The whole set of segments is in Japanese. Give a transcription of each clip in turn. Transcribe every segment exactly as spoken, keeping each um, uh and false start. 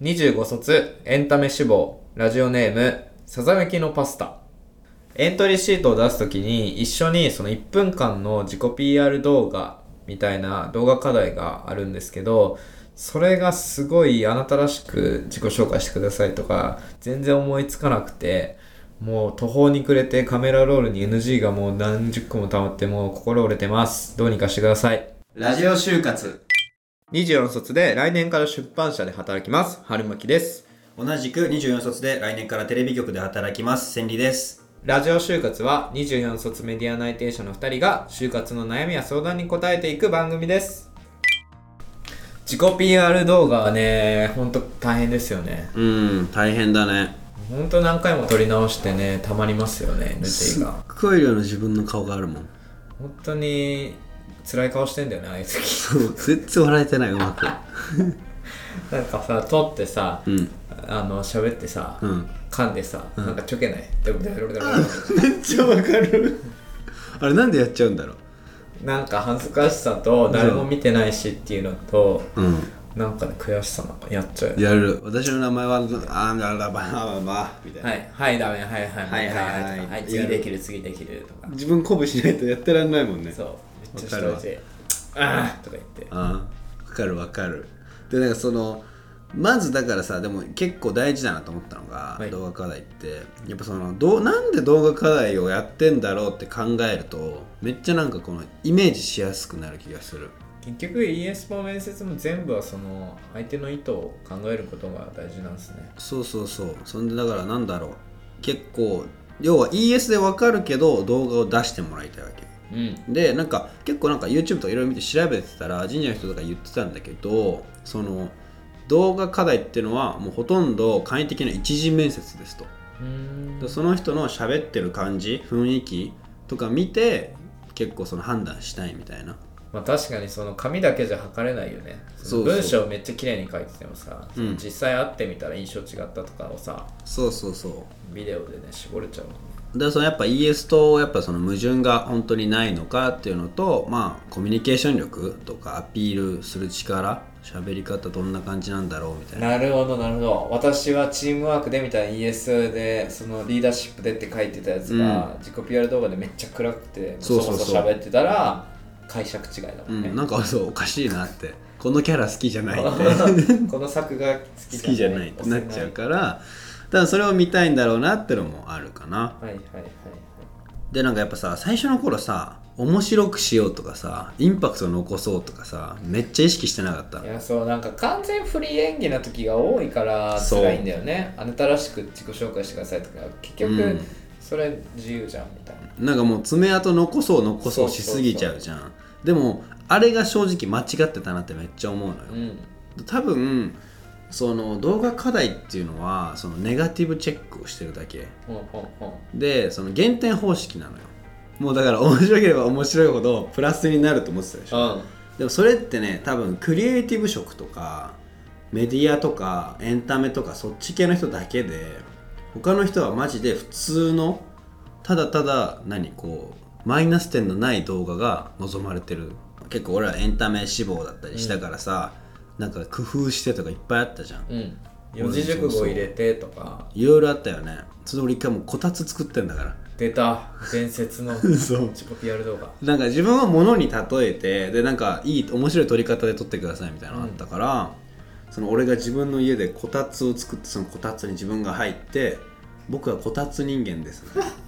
にじゅうご卒エンタメ志望ラジオネームさざめきのパスタ。エントリーシートを出すときに一緒にそのいっぷんかんの自己 ピーアール 動画みたいな動画課題があるんですけど、それがすごいあなたらしく自己紹介してくださいとか全然思いつかなくて、もう途方に暮れてカメラロールに エヌジー がもう何十個も溜まってもう心折れてます。どうにかしてください。 ラジオ就活。 にじゅうよん卒で来年から出版社で働きます。春巻です。 同じくにじゅうよん卒で来年からテレビ局で働きます。千里です。 ラジオ就活はにじゅうよん卒メディア内定者のふたりが就活の悩みや相談に答えていく番組です。自己 ピーアール 動画はね、ほんと大変ですよね。 うん、大変だね。 ほんと何回も撮り直してね、たまりますよね、ヌテイが。 すっごい量の自分の顔があるもん。 本当に辛い顔してんだよね、ああいう時。 そう、全然笑えてない、うまく。 なんかさ、撮ってさ、 うん、 あの、喋ってさ、 うん、 噛んでさ、 うん、 なんかちょけない。でもでもでもでもめっちゃわかる。あれなんでやっちゃうんだろう。 なんか恥ずかしさと誰も見てないしっていうのと、 うん、 なんかね悔しさなんかやっちゃう。 やる。私の名前はあーだらばばばみたいな。 はいはいダメはいはいはいはいはいはい次できる次できるとか。 自分鼓舞しないとやってらんないもんね。 そうめっちゃ下打ちであーとか言って。 ああ、わかるわかる。でなんかそのまずだからさ、でも結構大事だなと思ったのが、はい、動画課題ってやっぱそのどうなんで動画課題をやってんだろうって考えるとめっちゃなんかこのイメージしやすくなる気がする。 結局 イーエス も面接も全部はその相手の意図を考えることが大事なんですね。 そうそうそう。そんでだからなんだろう、結構要は イーエス でわかるけど動画を出してもらいたいわけ。うん、でなんか結構なんか YouTube とかいろいろ見て調べてたら神社の人とか言ってたんだけど、その動画課題っていうのはもうほとんど簡易的な一次面接ですと。うーん、その人の喋ってる感じ雰囲気とか見て結構その判断したいみたいな。 まあ確かにその紙だけじゃ測れないよね。その文章めっちゃ綺麗に書いててもさ、そうそう、実際会ってみたら印象違ったとかをさ、 そうそうそうビデオでね絞れちゃうもんね。 だからそのやっぱ イーエス とやっぱその矛盾が本当にないのかっていうのと、まあコミュニケーション力とかアピールする力、喋り方どんな感じなんだろうみたいな。 なるほどなるほど。私はチームワークでみたいな イーエス でそのリーダーシップでって書いてたやつが、うん、自己 ピーアール 動画でめっちゃ暗くてそそそ喋ってたら解釈違いだもんね。 うん、なんかそうおかしいなってこのキャラ好きじゃないってこの作が好きじゃないってなっちゃうから、ただそれを見たいんだろうなってのもあるかな。 はいはいはいはい。 でなんかやっぱさ最初の頃さ面白くしようとかさインパクトを残そうとかさめっちゃ意識してなかった。 いやそうなんか完全フリー演技な時が多いから辛いんだよね。あなたらしく自己紹介してくださいとか結局、うん、それ自由じゃんみたいな。 なんかもう爪痕残そう残そうしすぎちゃうじゃん。そうそうそう。でもあれが正直間違ってたなってめっちゃ思うのよ、うん、多分その動画課題っていうのはそのネガティブチェックをしてるだけ、うんうんうん、でその減点方式なのよ。もうだから面白ければ面白いほどプラスになると思ってたでしょ、うん、でもそれってね多分クリエイティブ職とかメディアとかエンタメとかそっち系の人だけで、他の人はマジで普通のただただ何こうマイナス点のない動画が望まれてる。結構俺はエンタメ志望だったりしたからさ、うん、なんか工夫してとかいっぱいあったじゃん、うん、 四字熟語入れてとかいろいろあったよね。それ俺一回もうこたつ作ってんだから。 出た伝説の自己 ピーアール 動画なんか自分を物に例えてでなんかいい面白い撮り方で撮ってくださいみたいなのがあったから、うん、その俺が自分の家でこたつを作ってそのこたつに自分が入って僕はこたつ人間です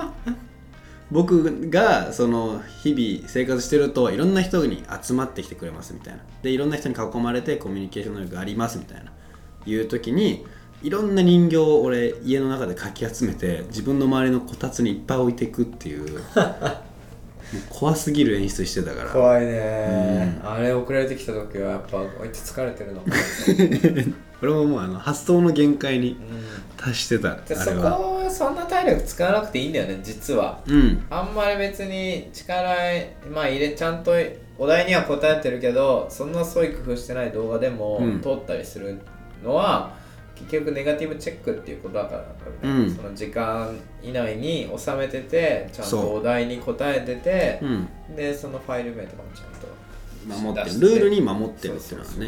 僕がその日々生活してるといろんな人に集まってきてくれますみたいな。でいろんな人に囲まれてコミュニケーション能力がありますみたいないう時にいろんな人形を俺家の中でかき集めて自分の周りのこたつにいっぱい置いていくっていうもう怖すぎる演出してたから。 怖いね、うん、あれ送られてきた時はやっぱこうやって疲れてるの俺ももうあの発想の限界に達してた、うん、 あれはそこそんな体力使わなくていいんだよね実は、うん、あんまり別に力、まあ、入れちゃんとお題には答えてるけどそんな創意工夫してない動画でも通ったりするのは、うん、結局ネガティブチェックっていうことだから、ねうん、その時間以内に収めててちゃんとお題に答えてて、うん、でそのファイル名とかもちゃんと守ってるルールに守ってるっていうのはね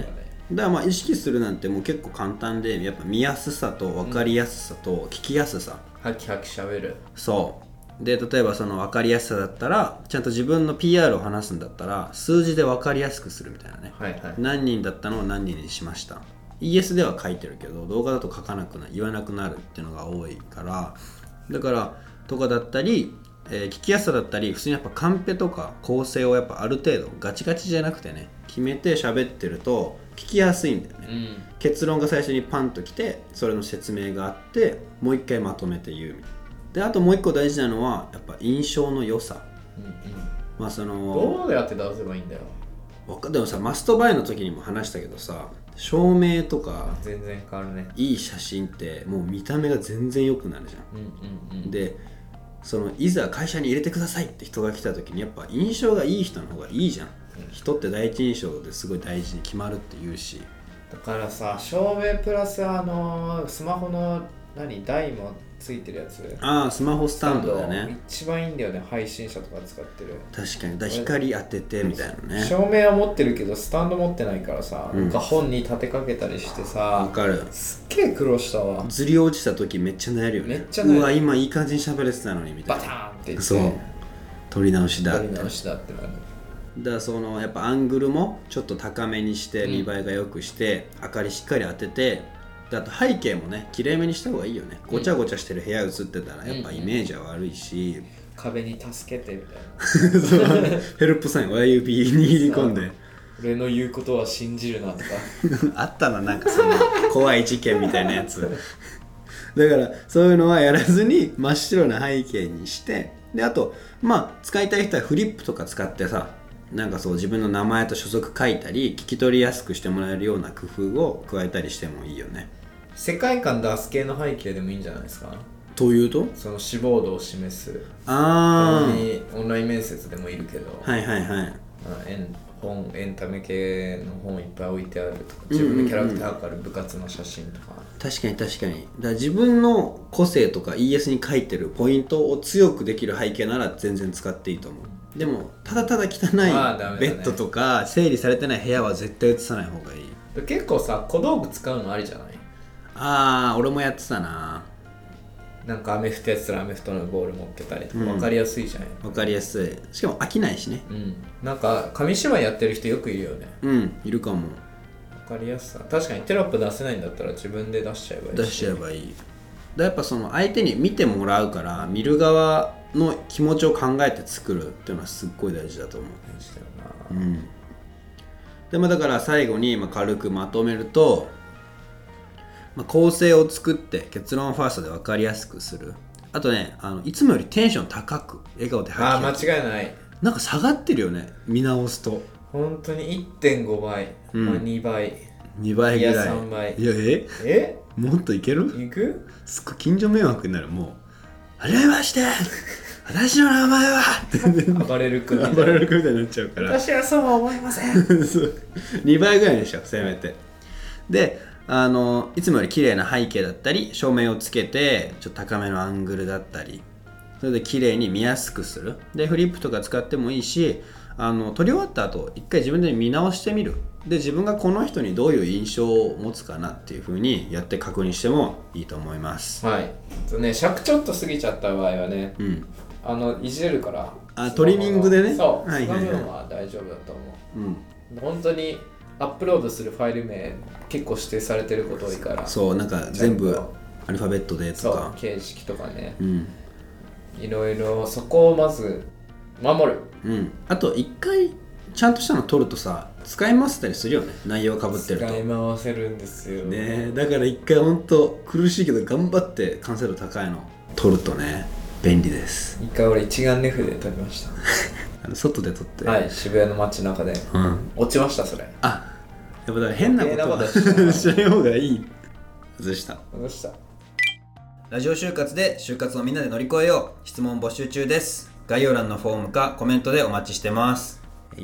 だからまあ意識するなんてもう結構簡単で、やっぱ見やすさと分かりやすさと聞きやすさ、 ハキハキしゃべる。 そうで、例えばその分かりやすさだったらちゃんと自分の ピーアール を話すんだったら数字で分かりやすくするみたいなね、 はいはい、 何人だったのを何人にしました。 イーエス では書いてるけど動画だと書かなくなる、言わなくなるっていうのが多いから、だからとかだったり、えー、聞きやすさだったり、普通にやっぱカンペとか構成をやっぱある程度ガチガチじゃなくてね決めて喋ってると聞きやすいんだよね、うん、結論が最初にパンときてそれの説明があってもう一回まとめて言うみたいな。であともう一個大事なのはやっぱ印象の良さ、うんうん、まあそのどうやって出せばいいんだよ。 でもさ、マストバイの時にも話したけどさ、照明とか全然変わるね。 いい写真ってもう見た目が全然良くなるじゃん、うんうんうん、でそのいざ会社に入れてくださいって人が来た時にやっぱ印象がいい人の方がいいじゃん、うん、人って第一印象ですごい大事に決まるって言うし、 だからさ、照明プラスあのスマホの何台もついてるやつ、 ああスマホスタンドだね、 一番いいんだよね、配信者とか使ってる。 確かに、だ光当ててみたいなね。 照明は持ってるけどスタンド持ってないからさ、うん、なんか本に立てかけたりしてさ、 わかる、 すっげえ苦労したわ。 ずり落ちた時めっちゃ悩るよね。 めっちゃ悩る。 うわ今いい感じに喋れてたのにみたいな、 バターンって言って、 そう撮り直しだ撮り直しだってなる。 だからそのやっぱアングルもちょっと高めにして見栄えが良くして、うん、明かりしっかり当てて、であと背景もね綺麗めにした方がいいよね。ごちゃごちゃしてる部屋映ってたらやっぱイメージは悪いし、うん、 壁に助けてみたいなそうヘルプサイン親指握り込んで俺の言うことは信じるなとかあったな、なんかその怖い事件みたいなやつだからそういうのはやらずに真っ白な背景にして、であとまあ使いたい人はフリップとか使ってさ、なんかそう自分の名前と所属書いたり聞き取りやすくしてもらえるような工夫を加えたりしてもいいよね。 世界観出す系の背景でもいいんじゃないですか。 というとその志望度を示す、 ああオンライン面接でもいるけど、 はいはいはい、 まあ、エン本エンタメ系の本いっぱい置いてあるとか、自分のキャラクターから部活の写真とか、 うんうん、確かに確かに、だから自分の個性とか イーエス に書いてるポイントを強くできる背景なら全然使っていいと思う。でもただただ汚いベッドとか整理されてない部屋は絶対映さない方がいい。 結構さ小道具使うのありじゃない。 ああ俺もやってたな。 なんかアメフトやってたらアメフトのボール持ってたりとか、分かりやすいじゃない。 分かりやすい、しかも飽きないしね。 うんなんか紙芝居やってる人よくいるよね。 うんいるかも。 分かりやすさ、確かにテロップ出せないんだったら自分で出しちゃえばいいし。 出しちゃえばいい。だやっぱその相手に見てもらうから見る側の気持ちを考えて作るっていうのはすっごい大事だと思う。 大事だよな。 うんでもだから最後にまあ軽くまとめると、まあ、構成を作って結論ファーストで分かりやすくする。あとねあのいつもよりテンション高く笑顔でハキハキ。あー間違いない。 なんか下がってるよね見直すと。 本当に いってんご 倍、うん、まあ、にばいにばいぐらい。いやさんばい。 いやええもっといける。 いくすっごい近所迷惑になる。もうはじめまして私の名前は暴れる君みたいな暴れる君みたいになっちゃうから、 私はそうは思いませんにばいぐらいでしょせめて。であのいつもより綺麗な背景だったり照明をつけてちょっと高めのアングルだったり、それで綺麗に見やすくする。でフリップとか使ってもいいし、あの撮り終わった後一回自分で見直してみる。で自分がこの人にどういう印象を持つかなっていう風にやって確認してもいいと思います。 はいとね、尺ちょっと過ぎちゃった場合はね、 うん、 あのいじれるから、 あトリミングでね、 そう、 はいはいはい、 その分は大丈夫だと思う、 うん、 本当にアップロードするファイル名結構指定されてること多いから、 そうなんか全部アルファベットでとか、 そう形式とかね、 うん、 いろいろそこをまず守る、 うん、あと一回ちゃんとしたの取るとさ使い回せたりするよね。内容かぶってると使い回せるんですよね。だから一回ほんと苦しいけど頑張って完成度高いの取るとね便利です。 一回俺一眼レフで撮りましたあの外で撮って、 はい渋谷の街中で、うん、落ちましたそれ。 あやっぱだから変なことはしない方がいい。外した外した。 ラジオ就活で就活をみんなで乗り越えよう。質問募集中です。概要欄のフォームかコメントでお待ちしてます。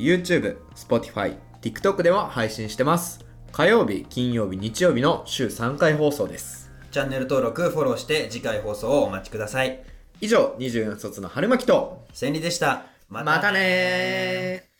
YouTube、Spotify、TikTok でも配信してます。火曜日、金曜日、日曜日の週さんかい放送です。 チャンネル登録、フォローして次回放送をお待ちください。 以上、にじゅうよん卒の春巻と千里でした。 またねー。